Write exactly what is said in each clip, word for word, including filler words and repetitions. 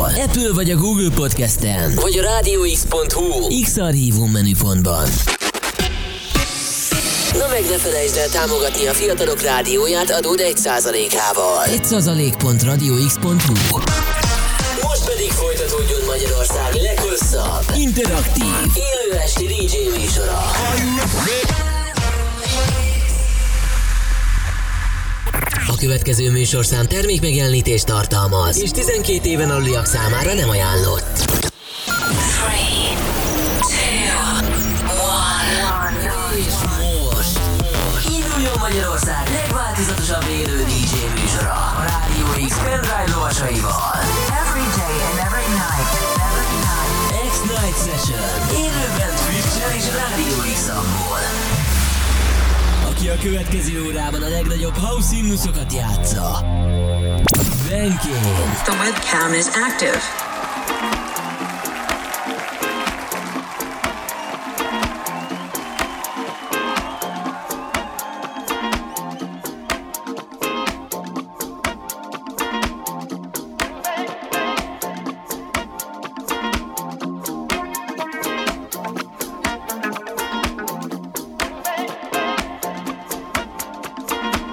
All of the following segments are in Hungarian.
Apple vagy a Google Podcasten, vagy a rádióx pont hu X-Archívum menüpontban. Na meg ne felejtsd el támogatni a Fiatalok Rádióját adód egy százalékával. egy százalék pont rádióx pont hu. Most pedig folytatódjon Magyarország leghosszabb, interaktív, élő esti dé dzsé műsora. A következő műsorszám termékmegjelenítést tartalmaz, és tizenkét éven aluliak számára nem ajánlott. három, kettő, egy És most induljon Magyarország legváltozatosabb élő dé dzsé műsora a Rádió X pendrive lovasaival. Every day and every night, every night. X-Night Session. Élőben Twitch-en és Rádió X-amból. Aki a következő órában a legnagyobb house himnuszokat játsza. Benkén. The webcam is active.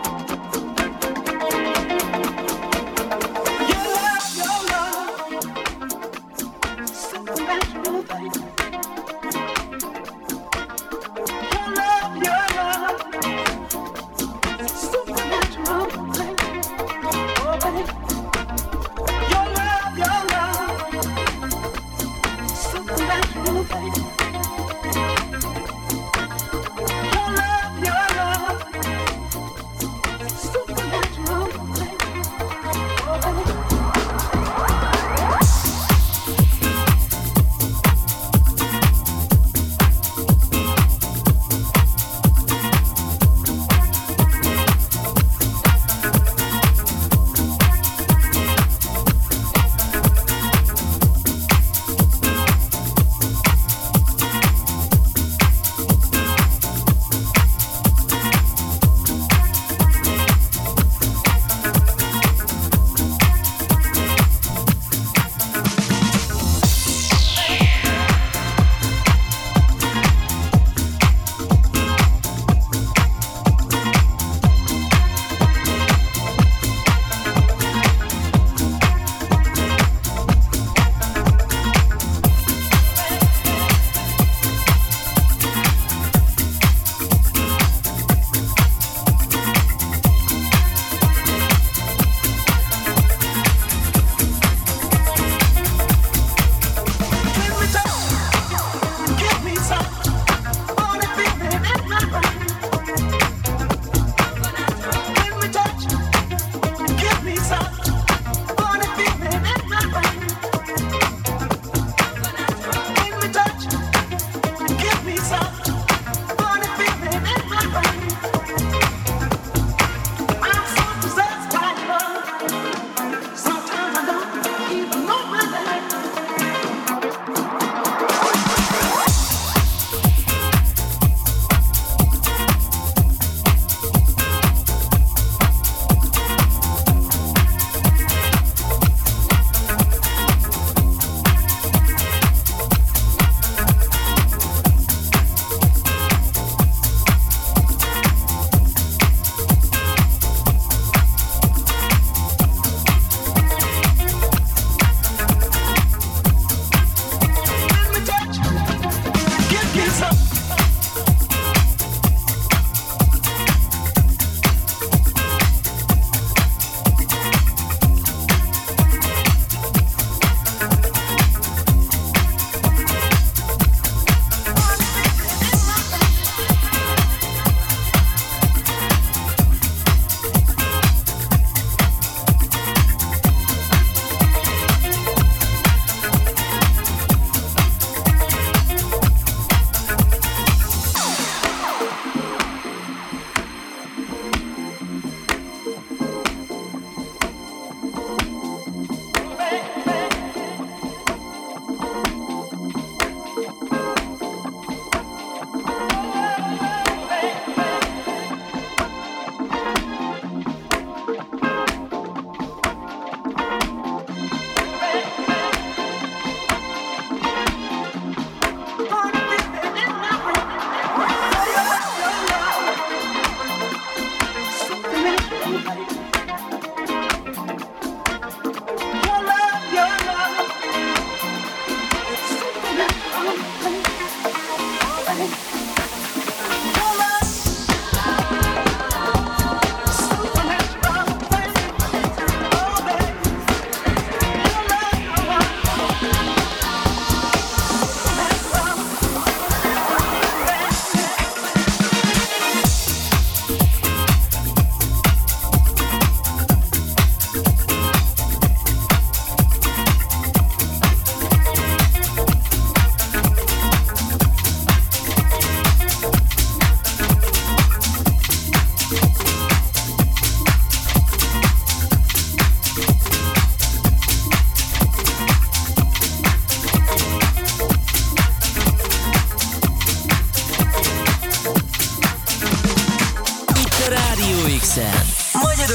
Your love, your love.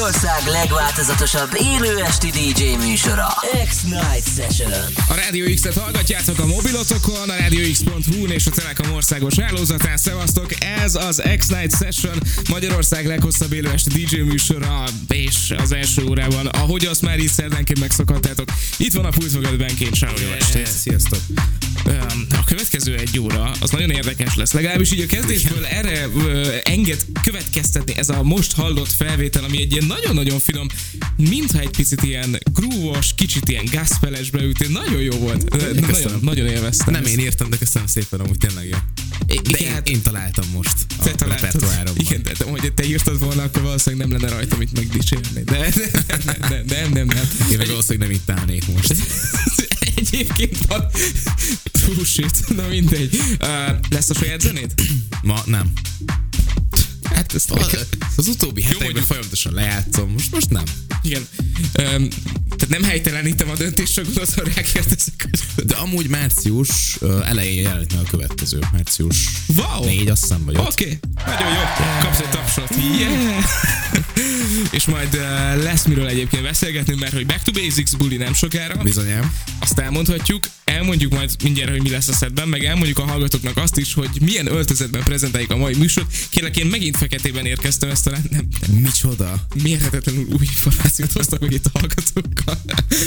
Magyarország legváltozatosabb élő esti dé dzsé műsora, X-Night Session. A Rádió X-et hallgatjátok a mobilotokon, a rádió x pont hu-n és a Telekom országos hálózatán. Szevasztok, ez az X-Night Session, Magyarország leghosszabb élő esti dé dzsé műsora, és az első órában, ahogy azt már így szerdánként megszokhattátok, itt van a pult mögött Benkén. Sáó, jó estét! Sziasztok! A következő egy óra az nagyon érdekes lesz, legalábbis így a kezdésből erre ö, enged következtetni ez a most hallott felvétel, ami egy ilyen nagyon-nagyon finom, mintha egy picit ilyen groove-os, kicsit ilyen gospel-esbe ült, nagyon jó volt, nagyon, nagyon élveztem. Nem én írtam, de köszönöm szépen, amúgy tényleg jó. De én, hát, én találtam most te a repertoáromban. Igen, de hogy te írtad volna, akkor valószínűleg nem lenne rajta, mit megdicsérni. De nem, nem, nem, nem, nem. Én meg valószínűleg nem itt állnék most. Egyébként van. Hú, shit, na mindegy. Uh, lesz a saját zenéd? Ma nem. Hát ezt az, az utóbbi hetekben folyamatosan lejátszom, most, most nem. Igen. Um, tehát nem helytelenítem a döntést, csak gondosan rákérdezek. De amúgy március uh, elején jelent meg a következő. Március wow. négy, azt hiszem, vagy ott. Oké, okay. Nagyon jó. Kapsz egy tapsot. Yeah. És majd uh, lesz miről egyébként beszélgetni, mert hogy Back to Basics buli nem sokára. Bizonyám. Azt elmondhatjuk, elmondjuk majd mindjárt, hogy mi lesz a szedben, meg elmondjuk a hallgatóknak azt is, hogy milyen öltözetben prezentáljuk a mai műsort. Kérlek, én megint feketében érkeztem, ezt talán nem, nem. Micsoda? Mérhetetlenül új információt hoztak meg itt a hallgatókkal.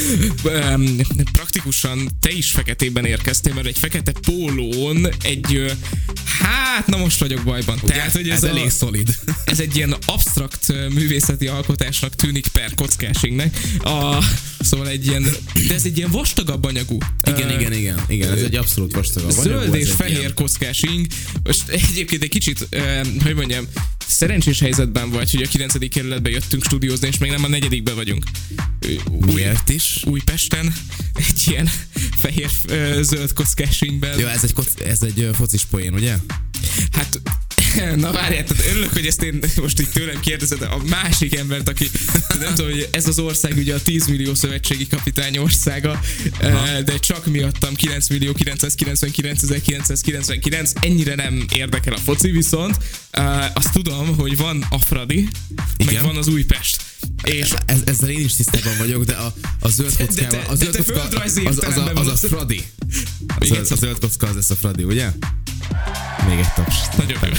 Praktikusan te is feketében érkeztél, mert egy fekete pólón egy, hát na most vagyok bajban. Ugye, Tehát, hogy ez, ez a, elég szolid. Ez egy ilyen absztrakt művészeti alkotásnak tűnik per kockásingnek. A, szóval egy ilyen, de ez egy ilyen vastagabb anyagú. Igen, uh, igen, igen, igen, ez egy abszolút vastagabb anyagú. Zöld és fehér ilyen kockásing. Most egyébként egy kicsit, uh, hogy mondjam, szerencsés helyzetben vagy, hogy a kilencedik kerületbe jöttünk stúdiózni, és még nem a negyedikben vagyunk. Miért is? Újpesten egy ilyen fehér-zöld kockásingben. Jó, ez egy, koc- ez egy focis poén, ugye? Hát, na várjál, tehát örülök, hogy ezt én most így tőlem kérdezed a másik embert, aki nem tudom, hogy ez az ország ugye a tíz millió szövetségi kapitány országa, aha, de csak miattam kilenc millió kilencszázkilencvenkilencezer-kilencszázkilencvenkilenc, ennyire nem érdekel a foci, viszont azt tudom, hogy van a Fradi, igen, meg van az Újpest. És ez, ezzel én is tisztában vagyok, de a, a zöld kockával, a zöld kocka az, az, az, a, az a Fradi. Az, az, a zöld kocka az lesz a Fradi, ugye? Még egy taps. Nagyon jó.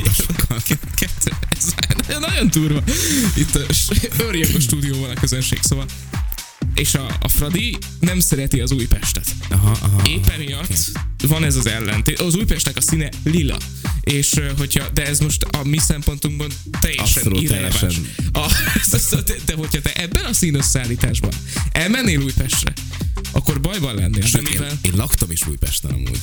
Ez nagyon turva. Itt örjök a stúdióval a közönség, szóval. És a, a Fradi nem szereti az Újpestet. Aha, aha, éppen miatt okay, van ez az ellentét. Az Újpestnek a színe lila. És hogyha, de ez most a mi szempontunkban teljesen irreleváns. De, de hogyha te ebben a színösszállításban elmennél Újpestre, akkor bajban lennél. Sőt, én, én laktam is Újpesten amúgy.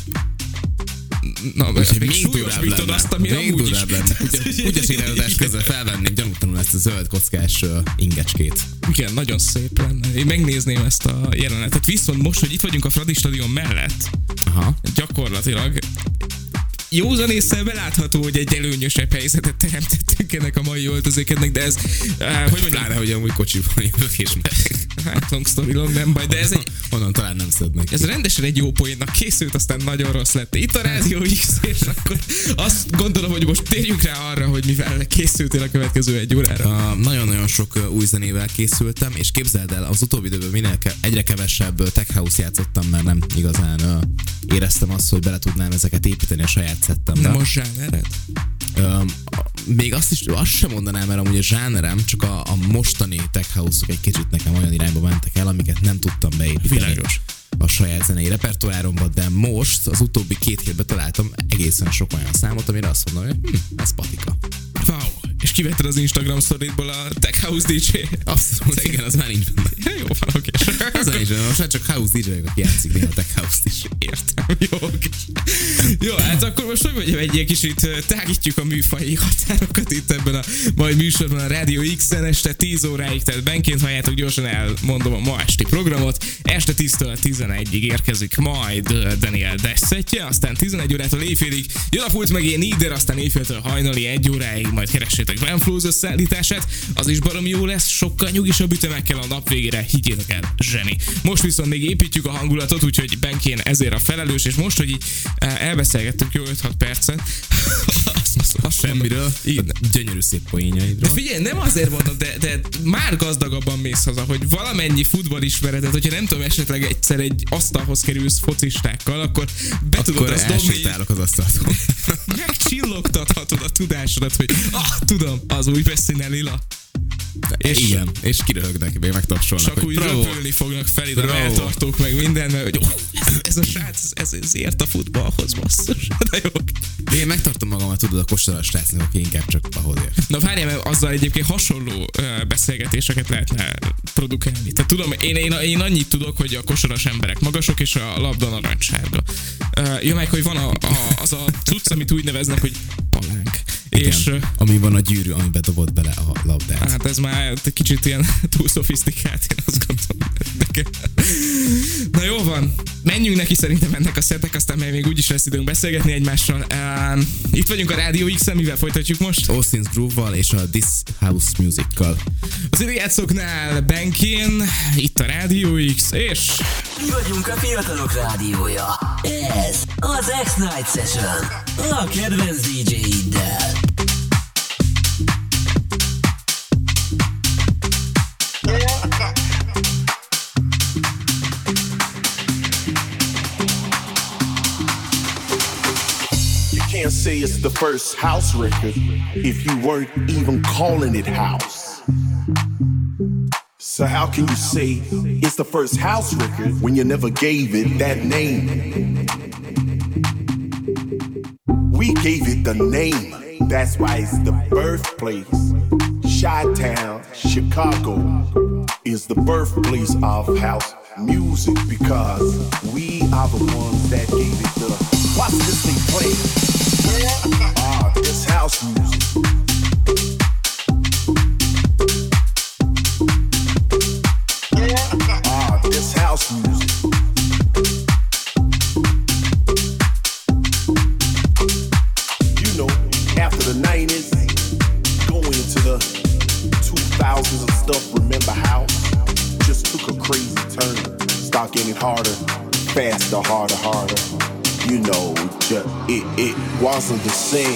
Na, mert még súlyosbítod azt, ami még amúgy is. Úgyes irányadás közben felvenném gyanútlanul ezt a zöld kockás uh, ingecskét. Igen, nagyon szép lenne. Én megnézném ezt a jelenetet. Viszont most, hogy itt vagyunk a Fradi stadion mellett, aha, gyakorlatilag józan észre belátható, hogy egy előnyösebb helyzetet teremtettünk ennek a mai öltözékednek, de ez, uh, hogy mondjam? Pláne, hogy amúgy kocsiban jövök és meg. Hát long story long, nem baj, de ez egy... Onnan talán nem szednek. Ez rendesen egy jó poénnak készült, aztán nagyon rossz lett. Itt a Rádió X, és akkor azt gondolom, hogy most térjünk rá arra, hogy mivel készültél a következő egy órára. Uh, nagyon-nagyon sok uh, új zenével készültem, és képzeld el, az utóbbi időben minél ke- egyre kevesebb uh, tech house játszottam, mert nem igazán uh, éreztem azt, hogy bele tudnám ezeket építeni a saját szettembe. Nem a zsánered? Um, még azt is, azt sem mondanám, mert amúgy a zsánerem, csak a, a mostani tech house-ok egy kicsit nekem olyan irányba mentek el, amiket nem tudtam beépíteni. Világos. A saját zenei repertoáromba, de most az utóbbi két hétben találtam egészen sok olyan számot, amire azt mondom, hogy hm, ez patika. Wow. És kivetted az Instagram storyból a Tech House dé dzsé? Abszolút, igen, az már nincs benne. Ja, jó van, oké. Az már nincs benne, most már csak House dé dzsé, aki játszik néha a Tech House-t is. Értem, jó, oké. Jó, hát akkor most hogy mondjam, egy kicsit tágítjuk a műfaji határokat itt ebben a mai műsorban a Rádió X-en este tíz óráig, tehát benként halljátok, gyorsan elmondom a ma esti programot. Este tíztől tizenegyig érkezik majd Daniel Dessetje, aztán tizenegy órától éjfélig jön a pult meg én Nieder, aztán éjféltől hajnali egy óráig majd keressétek Ben Flows összeállítását, az is baromi jó lesz, sokkal nyugisabb ütemekkel a nap végére, higgyétek el, zseni. Most viszont még építjük a hangulatot, úgyhogy Benkén ezért a felelős, és most, hogy így elbeszélgettünk jó öt-hat percet, azt, azt azt Semmiről. Igen. Gyönyörű szép poénjaidról. De figyelj, nem azért mondom, de, de már gazdagabban mész haza, hogy valamennyi futballismeretet, hogyha nem tudom, esetleg egyszer egy asztalhoz kerülsz focistákkal, akkor be Akkor tudod azt dobni, elsétálok az asztaltól. megcsillogtathatod a tudásodat, hogy ah, tudom, az új Pessine lila. És igen, és kiröhögnek, még megtapsolnak. Csak úgy bravo. röpülni fognak felé, a Bravo. eltartók meg minden, mert hogy oh, ez, ez a srác, ez, ez ért a futballhoz, basszus. De jó. De én megtartom magamat, tudod, a kosaras srácnak, aki inkább csak ahhoz ér. Na várjál, mert azzal egyébként hasonló uh, beszélgetéseket lehetne produkálni. Tehát tudom, én, én, én annyit tudok, hogy a kosaras emberek magasok, és a labda narancssárga. Uh, ja, meg, hogy van a, a, az a cucc, amit úgy neveznek, hogy palánk. Igen, És, uh, ami van a gyűrű, amiben dobott bele a labdát. hát ez már egy kicsit ilyen túl szofisztikált, én azt gondolom. Na jó van, menjünk neki szerintem ennek a szetnek, aztán még úgyis lesz időnk beszélgetni egymással. Uh, itt vagyunk a Rádió X-en, mivel folytatjuk most? Austin's Groove-val és a This House Music-kal. Az időjátszóknál Benkin, itt a Rádió X, és... Mi vagyunk a fiatalok rádiója. Ez az X-Night Session. A kedvenc dé dzsé-iddel. Can't say it's the first house record if you weren't even calling it house. So how can you say it's the first house record when you never gave it that name? We gave it the name. That's why it's the birthplace. Chi-Town, Chicago is the birthplace of house music because we are the ones that gave it the... Watch this thing play. Ah, this house music. Ah, this house music. You know, after the nineties, going into the two thousands and stuff, remember how? Just took a crazy turn. Start getting harder, faster, harder, harder. You know, just, it, it wasn't the same.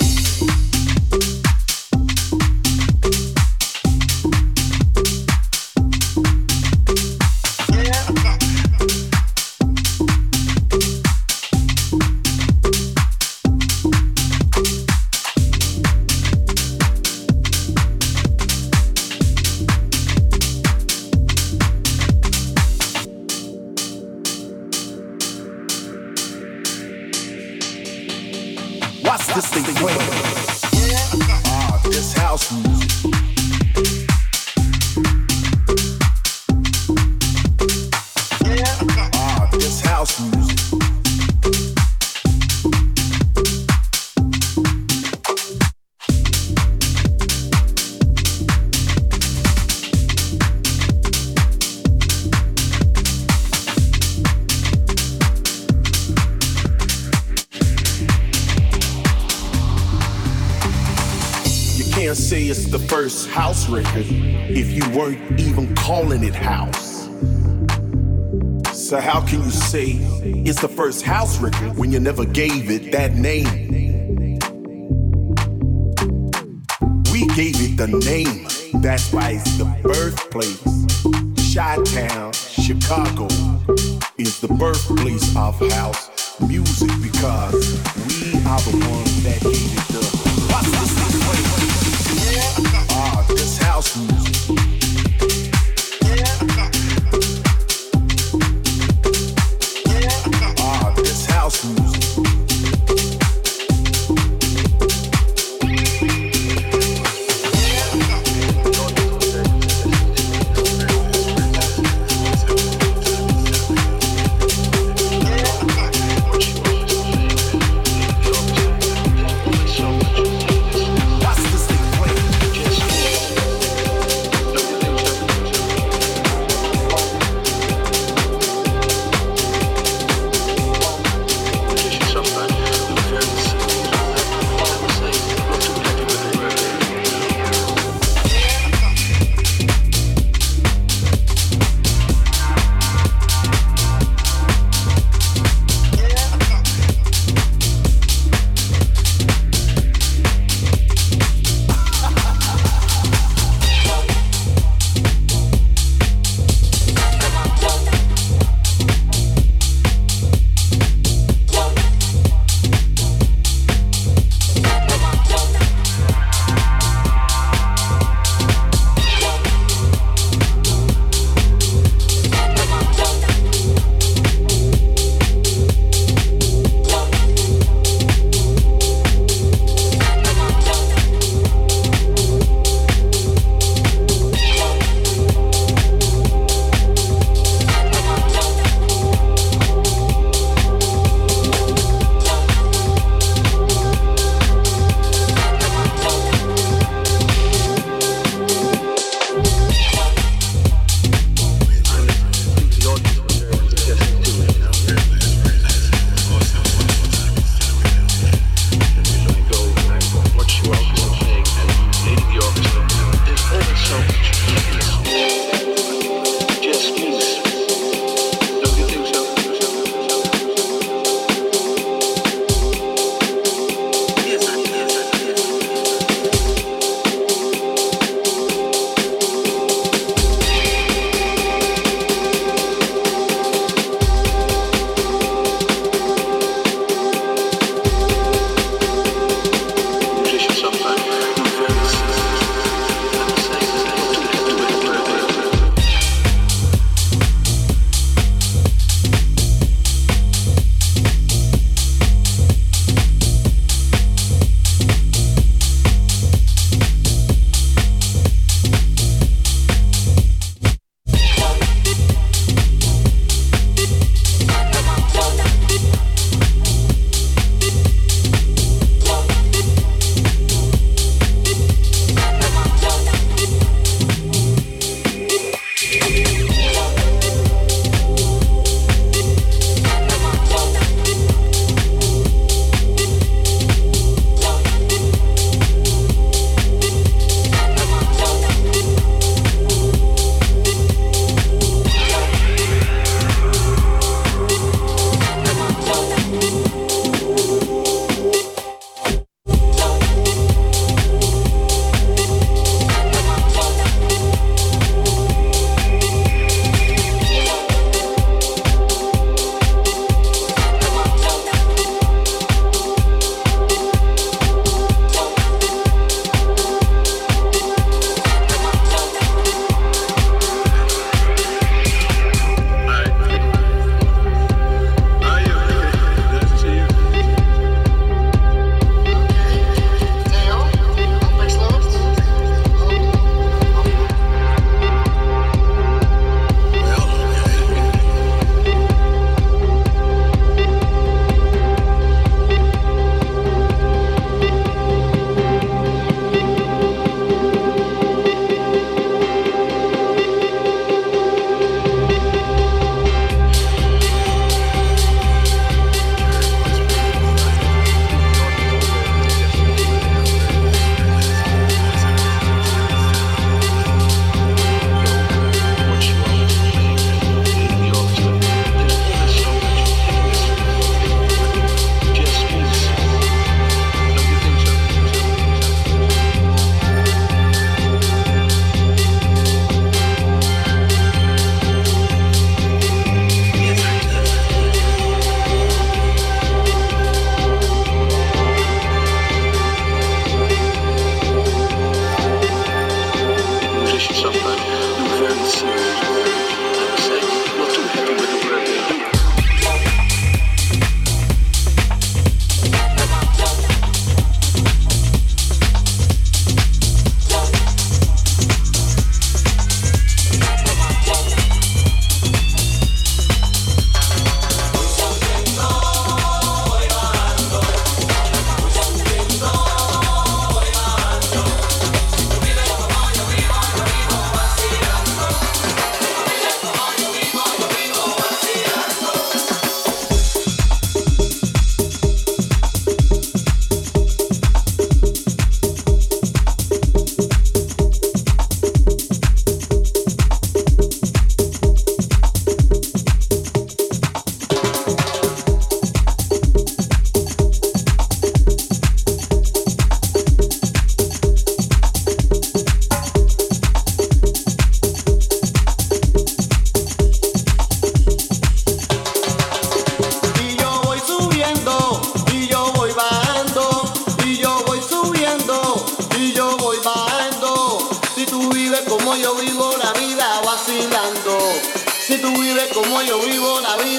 Watch this thing play. Ah, this house music. Ah, this house music. Can't say it's the first house record if you weren't even calling it house. So how can you say it's the first house record when you never gave it that name? We gave it the name. That's why it's the birthplace. Chi-Town, Chicago is the birthplace of house music because we are the ones that gave it the... Watch this thing play. Ah, this house music. Ah, this house music. Watch this thing play.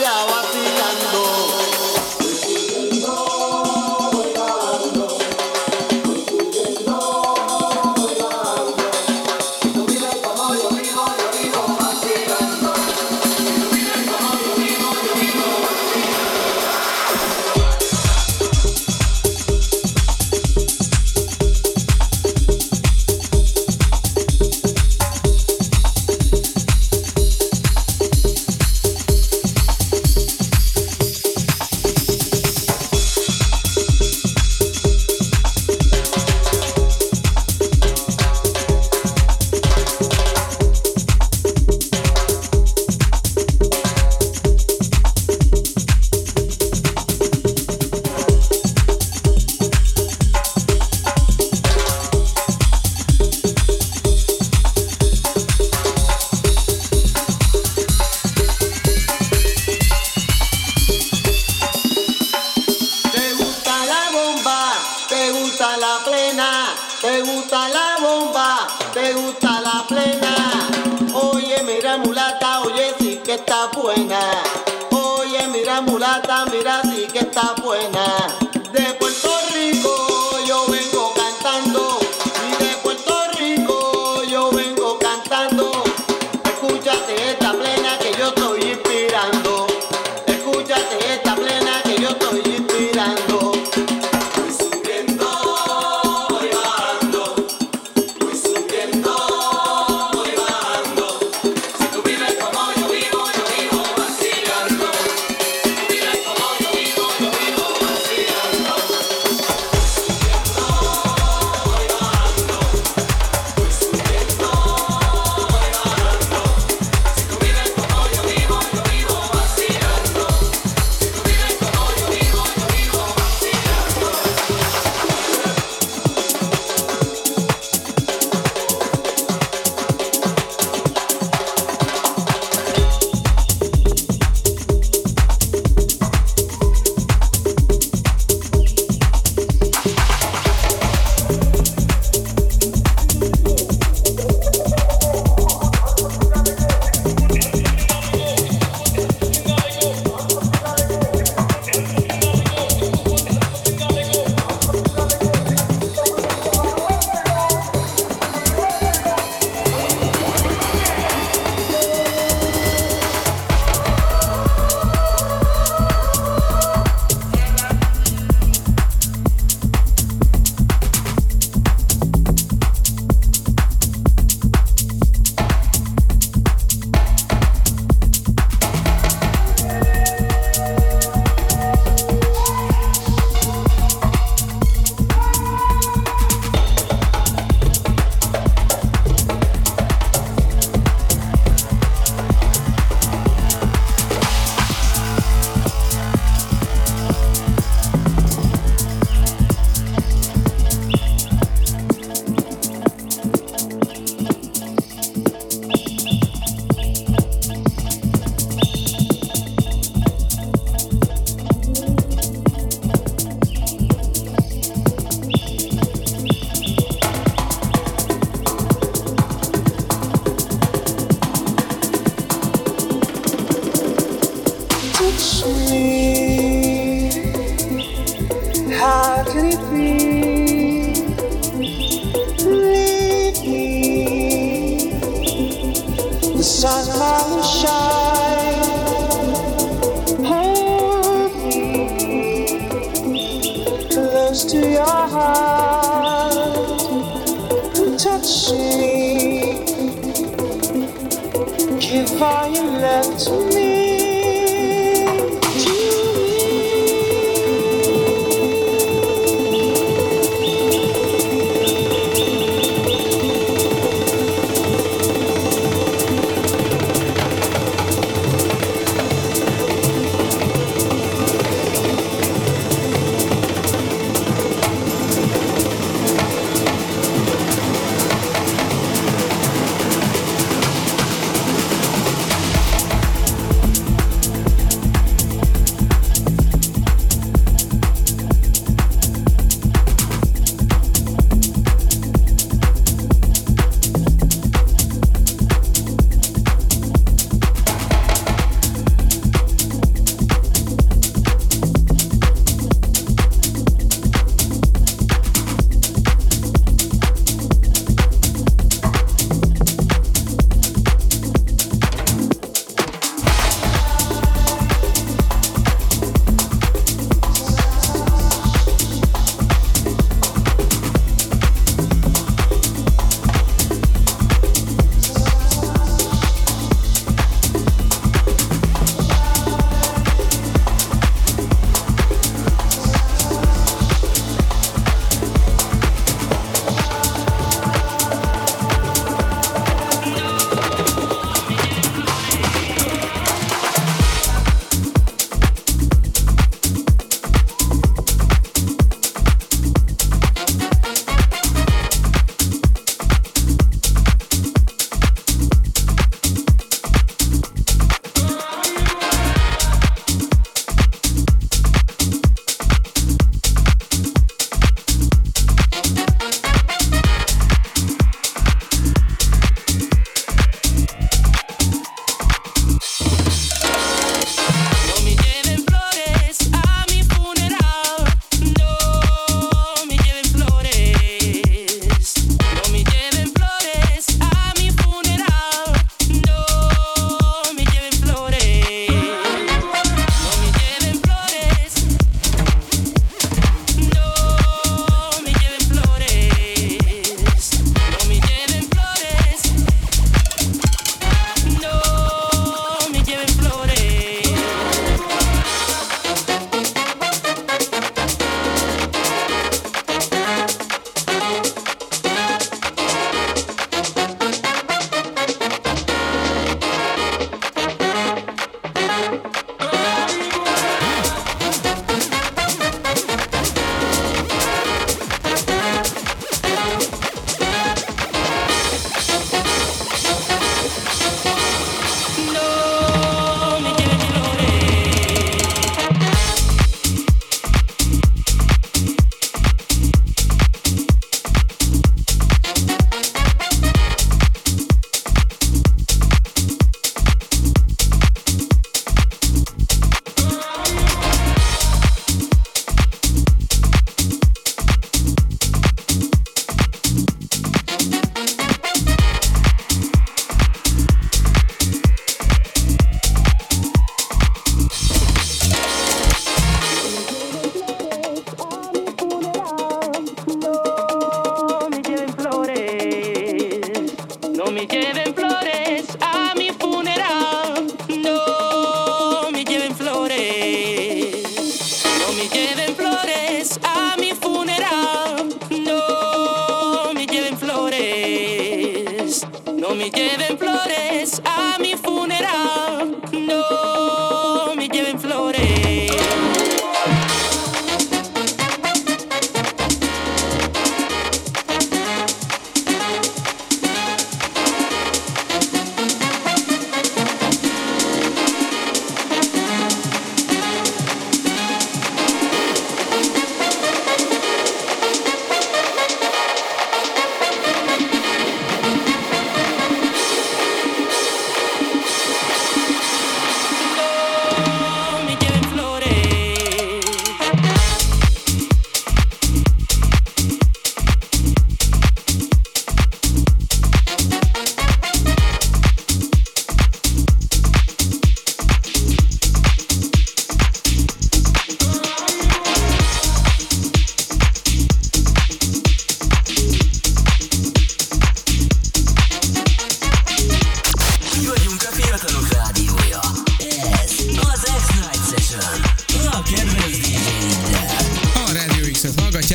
playa vacilando.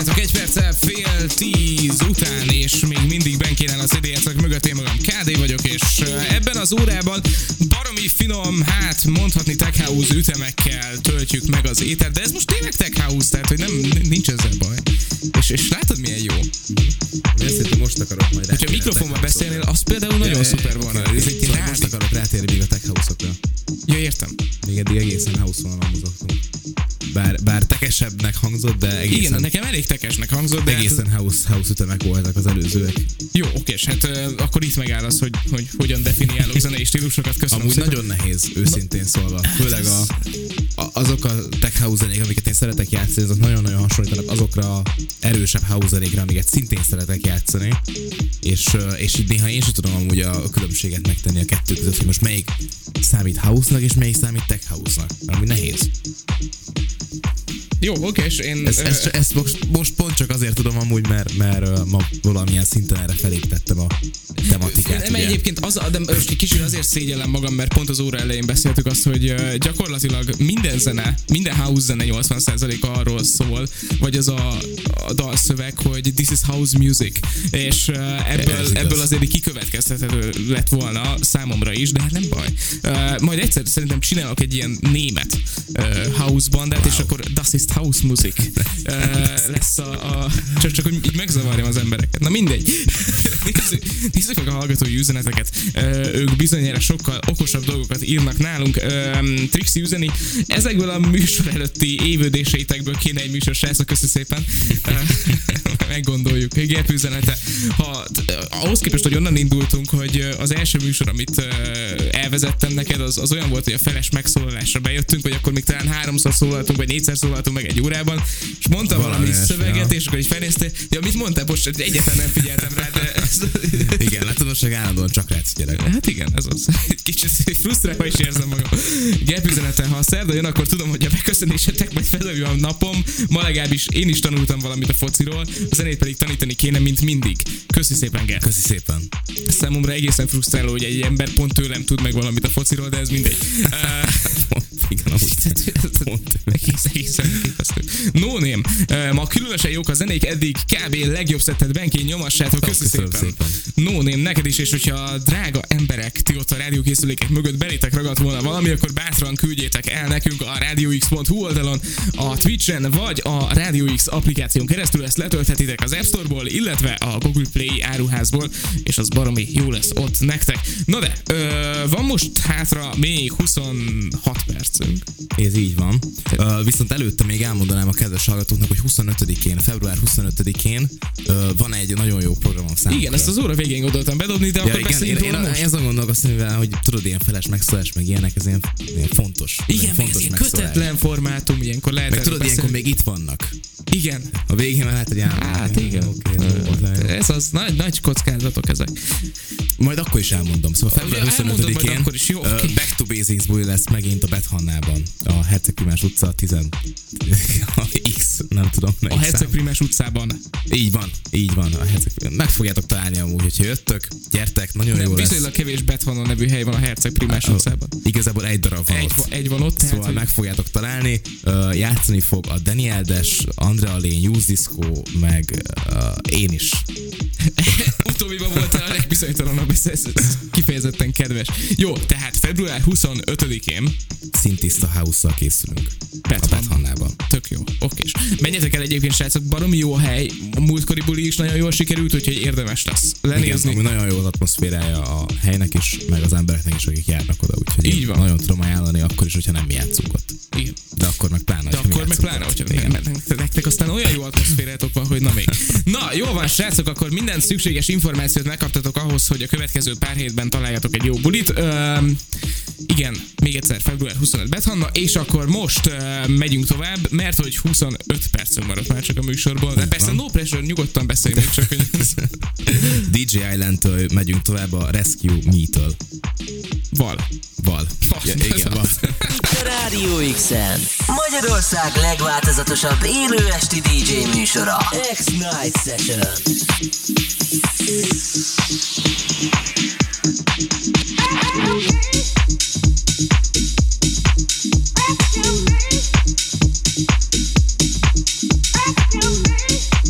Sziasztok, egy perccel fél tíz után, és még mindig benkénál a cé dé játszak mögött, én magam ká dé vagyok, és ebben az órában baromi finom, hát mondhatni tech house ütemekkel töltjük meg az étert, de ez most tényleg tech house, tehát hogy nem, nincs ezzel baj. És, és látod milyen jó? Ezt most akarok majd rátérni. Ha mikrofonban beszélnél, az például nagyon ja, szuper volna. Okay, Ez egy szóval rádi... most akarok rátérni még a tech house-okra. Ja, értem. Még eddig egészen house vonalon mozogtunk. Bár, bár tekesebbnek hangzott, de egészen... Igen, nekem elég tekesnek hangzott, de... Egészen hát... house, house ütemek voltak az előzőek. Jó, okés, hát uh, akkor itt megáll az, hogy, hogy hogyan definiálok zenei stílusokat. Köszönöm Amúgy szépen. nagyon nehéz, őszintén szólva. Főleg a, a, azok a tech house zenék, amiket én szeretek játszani, azok nagyon-nagyon hasonlítanak azokra a erősebb house zenékre, amiket szintén szeretek játszani. És, és így néha én sem tudom amúgy a különbséget megtenni a kettő között, hogy most melyik számít house-nak, és melyik számít tech house-nak. Amúgy nehéz. Jó, oké, és én... Ezt, ezt, ezt most, most pont csak azért tudom amúgy, mert, mert ma valamilyen szinten erre felépítettem a tematikát. Nem, egyébként az, de most egy kicsit azért szégyellem magam, mert pont az óra elején beszéltük azt, hogy gyakorlatilag minden zene, minden house zene nyolcvan százaléka arról szól, vagy az a, a dalszöveg, hogy this is house music, és ebből, ebből azért kikövetkeztethető lett volna számomra is, de hát nem baj. Majd egyszer szerintem csinálok egy ilyen német house bandát, wow. És akkor das ist house music lesz a, a csak, csak hogy így megzavarjam az embereket. Na mindegy. Nézzük, nézzük meg a hallgatói üzeneteket. Ők bizonyára sokkal okosabb dolgokat írnak nálunk. Trixi üzeni. Ezekből a műsor előtti évődéseitekből kéne egy műsor, srácok, köszi szépen. Meggondoljuk. Gép üzenete. Ha, ahhoz képest, hogy onnan indultunk, hogy az első műsor, amit elvezettem neked, az, az olyan volt, hogy a feles megszólalásra bejöttünk, vagy akkor még talán háromszor szólaltunk, vagy négyszer szólaltunk meg egy órában, és mondtam valami, valami szöveget, ja. És akkor így felnéztél. Ja, mit mondtál? Most egyáltalán nem figyeltem rá, de... Igen, látodosság állandóan csak rátsz, gyerek. Hát igen, ez az. Egy kicsit frusztrálva is érzem magam. Gép üzeneten, ha a szerda jön, akkor tudom, hogy a beköszönésetek majd felövő a napom. Ma legalábbis én is tanultam valamit a fociról, a zenét pedig tanítani kéne, mint mindig. Köszi szépen, Gép. Köszi szépen. Számomra egészen frusztráló, hogy egy ember pont tőlem tud meg valamit a fociról, de ez mindegy. Igen, amúgy pont egész, egészen képesztő. No name. Ma különösen jók a zenék, eddig kb. Legjobb szettet Benkén nyomassátok. Köszi szépen. szépen. No name, neked is, és hogyha drága emberek ti ott a rádiókészülékek mögött belétek ragadt volna valami, akkor bátran küldjétek el nekünk a rádióx pont hu oldalon, a Twitchen, vagy a RádioX applikáción keresztül. Ezt letölthetitek az App Store-ból, illetve a Google Play áruházból, és az baromi jó lesz ott nektek. Na de, ö, van most hátra még huszonhat percünk. Ez így van. Uh, viszont előtte még elmondanám a kedves hallgatóknak, hogy huszonötödikén, február huszonötödikén uh, van egy nagyon jó programom számunkra. Igen, ezt az óra végén gondoltam bedobni, de ja, akkor igen, én, én, én azon gondolkoztam, mivel, hogy tudod, ilyen feles megszólás, meg ilyenek, ez ilyen, ilyen fontos. Igen, ilyen fontos ilyen kötetlen formátum, ilyenkor lehet. Meg tudod, ilyenkor még itt vannak. Igen. A végén már lehet, hogy állam. Hát igen. Okay, ez az nagy, nagy kockázatok ezek. Majd akkor is elmondom. Szóval február huszonötödikén akkor is, jó, uh, okay. Back to Basics buli lesz megint a Bethannában. A Herceg Primás utca tíz X, nem tudom. A Herceg Primás utcában. Így van, így van. A Herceg... Meg fogjátok találni amúgy, hogyha jöttök, gyertek, nagyon nem, jó lesz. Viszonylag kevés Bethanna nevű hely van a Herceg Primás uh, utcában. Igazából egy darab van egy, ott. Egy van ott. Szóval tehát, meg fogjátok találni. Uh, játszani fog a Daniel Dash, Andrea Lane, Youth Disco, meg uh, én is. Utóbbiban voltál a legbizonytalanabb, ez, ez kifejezetten kedves. Jó, tehát február huszonötödikén szintiszta house-szal készülünk. A Bethannában. Tök jó, okés. Menjetek el egyébként, srácok, baromi jó a hely. A múltkori buli is nagyon jól sikerült, úgyhogy érdemes lesz lenézni. Igen, nagyon jó az atmoszférája a helynek is, meg az embereknek is, akik járnak oda, úgyhogy így van. Nagyon tudom ajánlani akkor is, hogyha nem mi játszunk ott. Igen. De akkor meg pláne, De akkor meg pláne, hogyha nektek aztán olyan jó atmoszférátok van, hogy na még. Na, jó van, srácok, akkor minden szükséges információt megkaptatok ahhoz, hogy a következő pár hétben találjatok egy jó bulit. Üm, igen, még egyszer február huszonötödike Bethanna, és akkor most uh, megyünk tovább, mert hogy huszonöt percünk maradt már csak a műsorból. De persze no pressure, nyugodtan beszéljünk csak, hogy... dé dzsé Island-től megyünk tovább a Rescue Me-től. Val. Val. Ja, igen, Val. Rádió X-en Magyarország legváltozatosabb élő esti dé dzsé műsora, X-Night Session. Excuse me. Excuse me.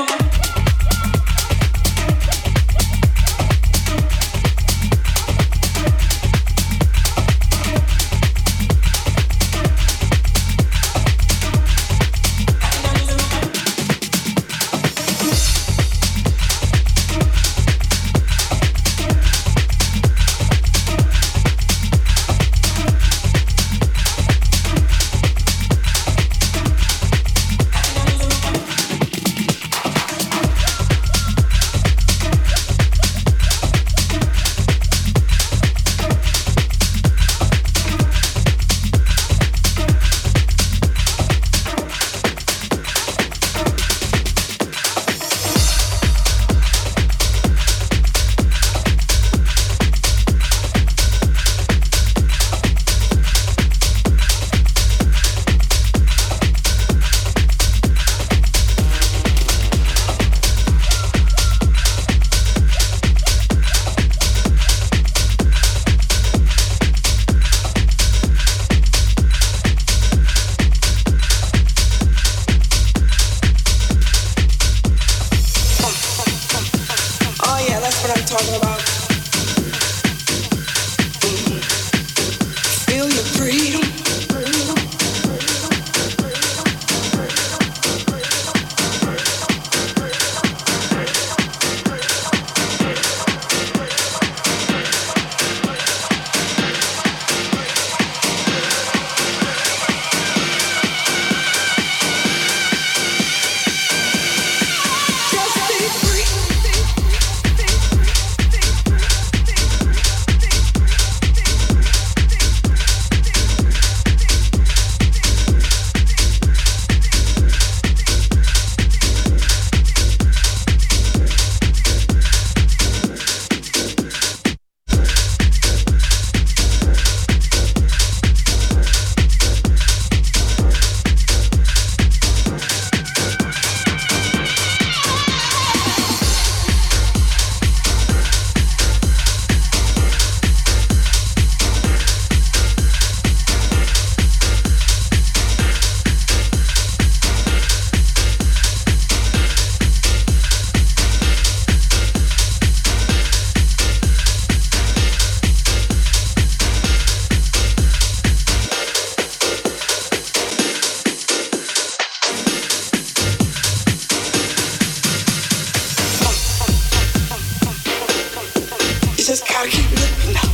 just gotta keep living now.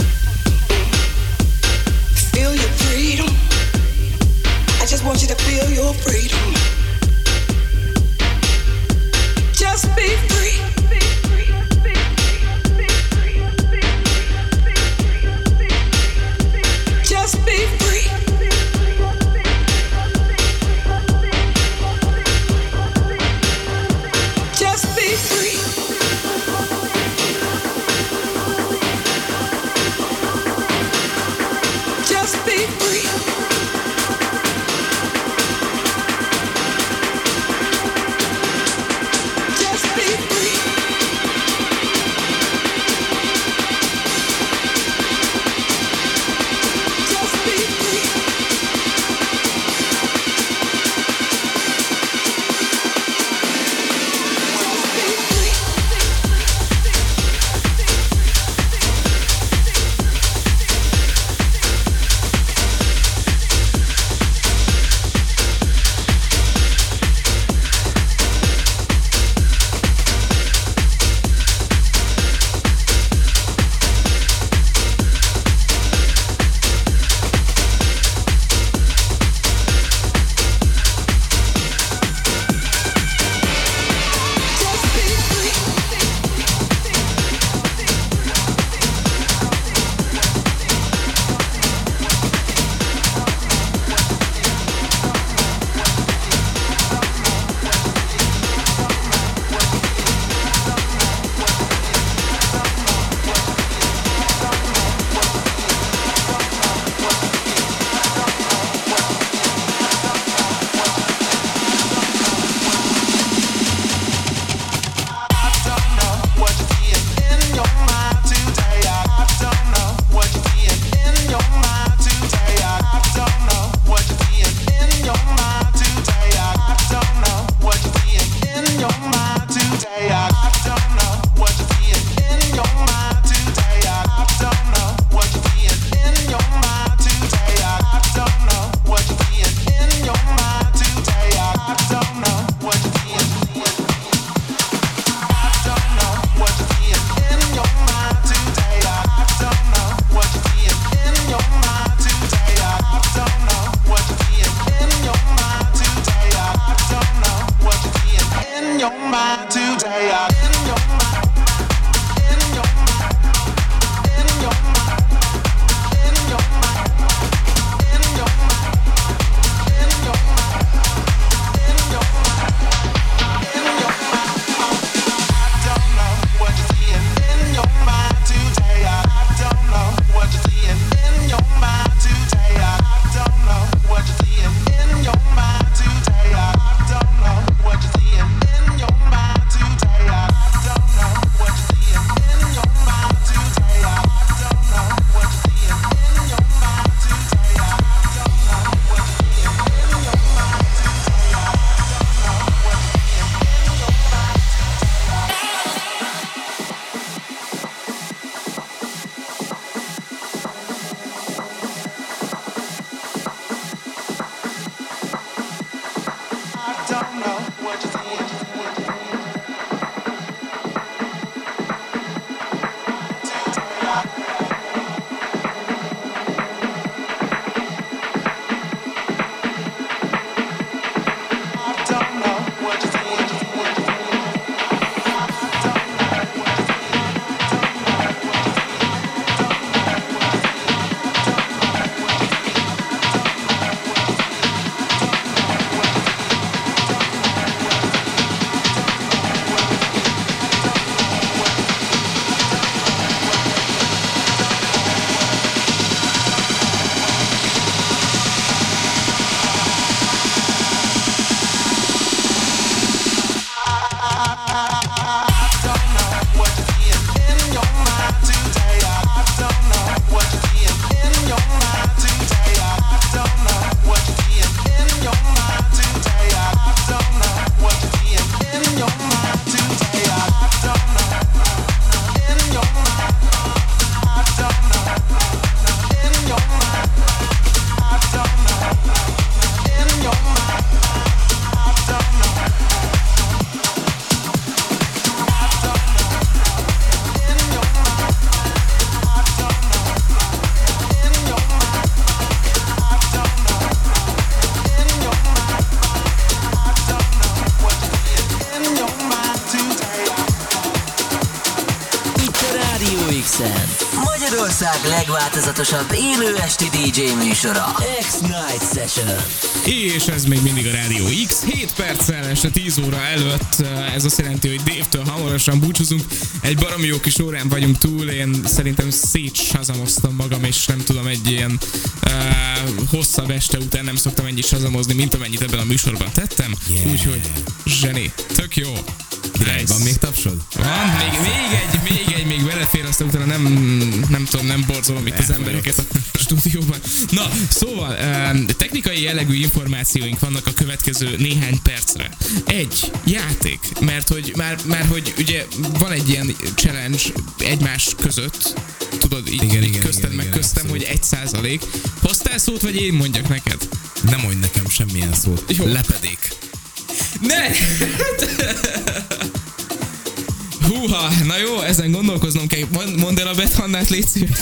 Feel your freedom. I just want you to feel your freedom. Just be free. Just be free. Just be free. Just be free. your mind today. In your mind, in your mind, in your mind, in your mind, in your mind, in your mind, in your mind, in your mind. I don't know what you're seeing in your mind today. I don't know what you're seeing in your mind today. I don't know what you're seeing in your mind today. I don't know what you're seeing in your mind today. I don't know what you're seeing in your mind today. I don't know what you're seeing in your mind today. I don't know what you're seeing in your mind today. I don't know what you're seeing in your mind I don't know what you're seeing. Magyarország legváltozatosabb élő esti dé dzsé műsora, X-Night Session. És ez még mindig a Rádió X, hét perccel este tíz óra előtt. Ez azt jelenti, hogy Dave-től hamarosan búcsúzunk. Egy baromi jó kis órán vagyunk túl. Én szerintem szétsazamoztam magam, és nem tudom, egy ilyen uh, hosszabb este után nem szoktam ennyit sazamozni, mint amennyit ebben a műsorban tettem. Yeah. Úgyhogy zseni, tök jó. Király, van még tapsod? Van, még, még egy, még egy, még belefér, aztán utána nem, nem tudom, nem borzolom itt az embereket a stúdióban. Na, szóval, um, technikai jellegű információink vannak a következő néhány percre. Egy, játék, mert hogy már, már hogy ugye van egy ilyen challenge egymás között, tudod, így, igen, így igen, közted igen, meg igen, köztem, abszolút. hogy egy százalék. Hoztál szót, vagy én mondjak neked? Nem mondj nekem semmilyen szót. Jó. Lepedék. Ne! Húha, na jó, ezen gondolkoznom kell. Mondd el a Bethannát, légy szíves.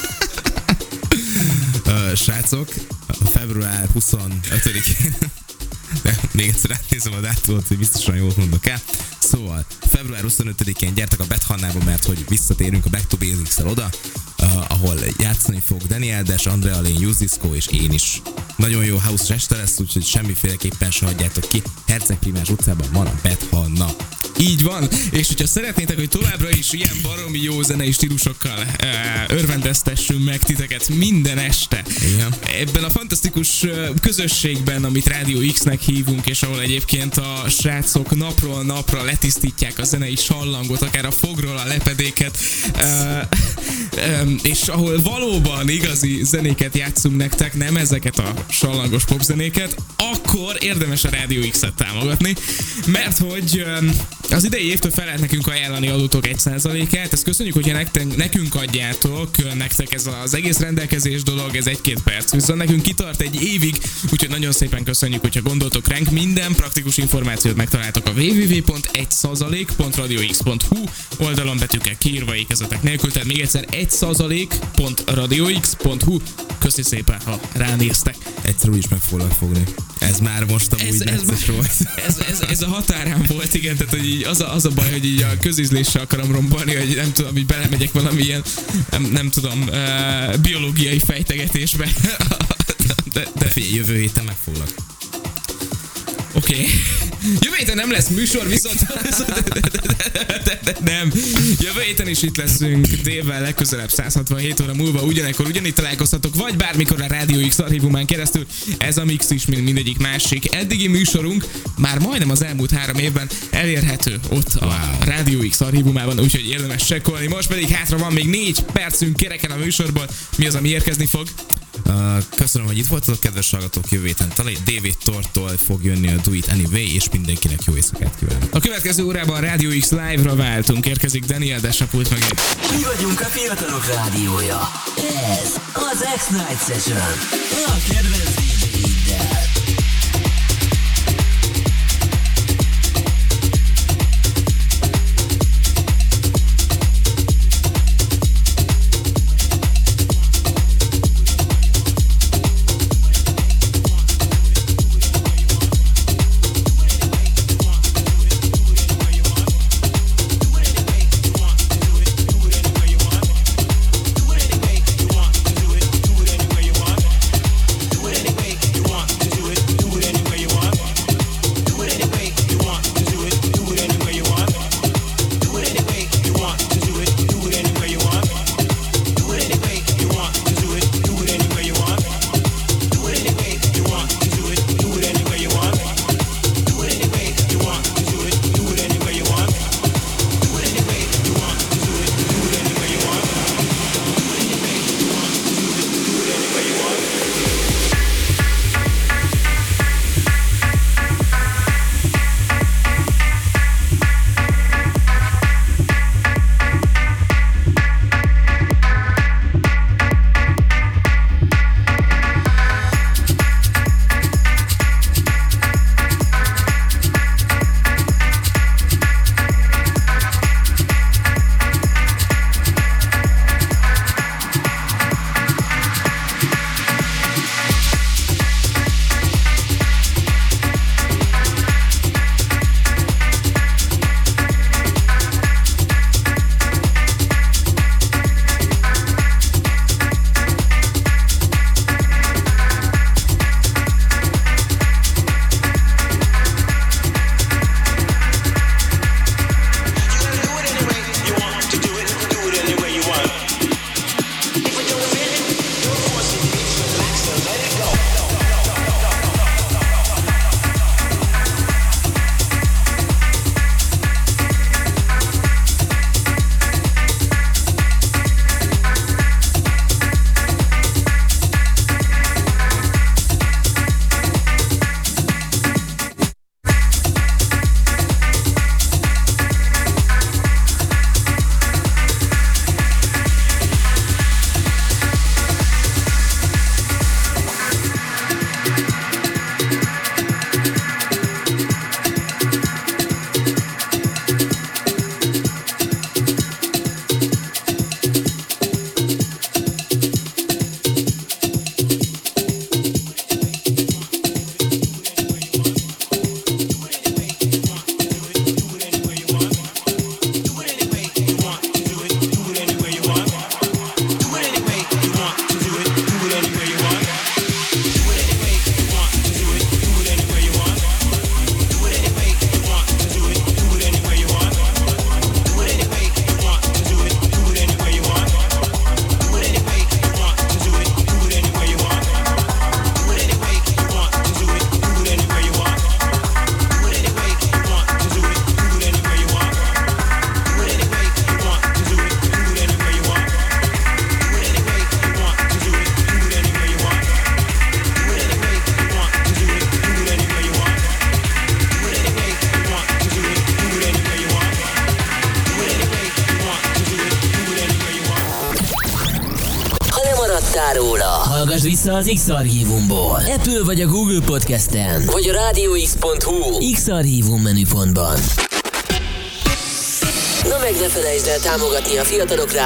uh, srácok, február huszonötödikén de még egyszer átnézem a dátumot, hogy biztosan jól mondok el. Szóval, február huszonötödikén gyertek a Bethannába, mert hogy visszatérünk a Back to Basics-el oda, uh, ahol játszani fog Daniel Dash, Andrea Lane, Youth Disco és én is. Nagyon jó house este lesz, úgyhogy semmiféleképpen se hagyjátok ki. Herceg Primás utcában van a Bethanna. Így van, és hogyha szeretnétek, hogy továbbra is ilyen baromi jó zenei stílusokkal uh, örvendeztessünk meg titeket minden este. Igen. Ebben a fantasztikus uh, közösségben, amit Rádió X-nek hívunk, és ahol egyébként a srácok napról napra letisztítják a zenei sallangot, akár a fogról a lepedéket, uh, um, és ahol valóban igazi zenéket játszunk nektek, nem ezeket a sallangos popzenéket, akkor érdemes a Rádió X-et támogatni, mert hogy um, az idei évtől fel lehet nekünk ajánlani adótok egy százalékát, ezt köszönjük, hogyha nektek, nekünk adjátok, nektek ez az egész rendelkezés dolog, ez egy-két perc, viszont nekünk kitart egy évig, úgyhogy nagyon szépen köszönjük, hogyha gondoltok ránk, minden praktikus információt megtaláltok a double-u double-u double-u pont egy százalék pont radio x pont hu oldalon betűkkel kiírva ékezetek nélkül, tehát még egyszer egy egy százalék pont radiox pont hu. Köszi szépen, ha ránéztek. Egyszer úgy is meg foglak fogni. Ez már most amúgy Ez, ez, necces volt. ez, ez, ez a határán volt, igen, tehát hogy így az, a, az a baj, hogy így a közízléssel akarom rombolni, hogy nem tudom, hogy belemegyek valamilyen, nem, nem tudom, uh, biológiai fejtegetésbe. de, de... Figyelj, jövő héten megfoglak. Oké. Okay. Jövő héten nem lesz műsor, viszont nem. Jövő héten is itt leszünk Dévvel legközelebb száz hatvanhét óra múlva, ugyanekkor ugyanígy találkozhatok, vagy bármikor a Rádió X archívumán keresztül. Ez a mix is, mint mindegyik másik eddigi műsorunk már majdnem az elmúlt három évben elérhető ott a wow. Rádió X archívumában, úgyhogy érdemes csekkolni. Most pedig hátra van még négy percünk kereken a műsorból. Mi az, ami érkezni fog? Uh, köszönöm, hogy itt voltatok, kedves hallgatók, jövő héten talán David Tortól fog jönni a Do It Anyway, és mindenkinek jó éjszakát kívánok. A következő órában a Rádió X Live-ra váltunk, érkezik Daniel Desapult meg. Mi vagyunk a fiatalok rádiója. Ez az X-Night Session. A kedvenc dé dzseiddel. róla. Hallgass vissza az X-Archívumból. Apple vagy a Google Podcasten, vagy a rádióx pont hu X-Archívum menüpontban. Na meg ne felejtsd el támogatni a Fiatalok Rádióját.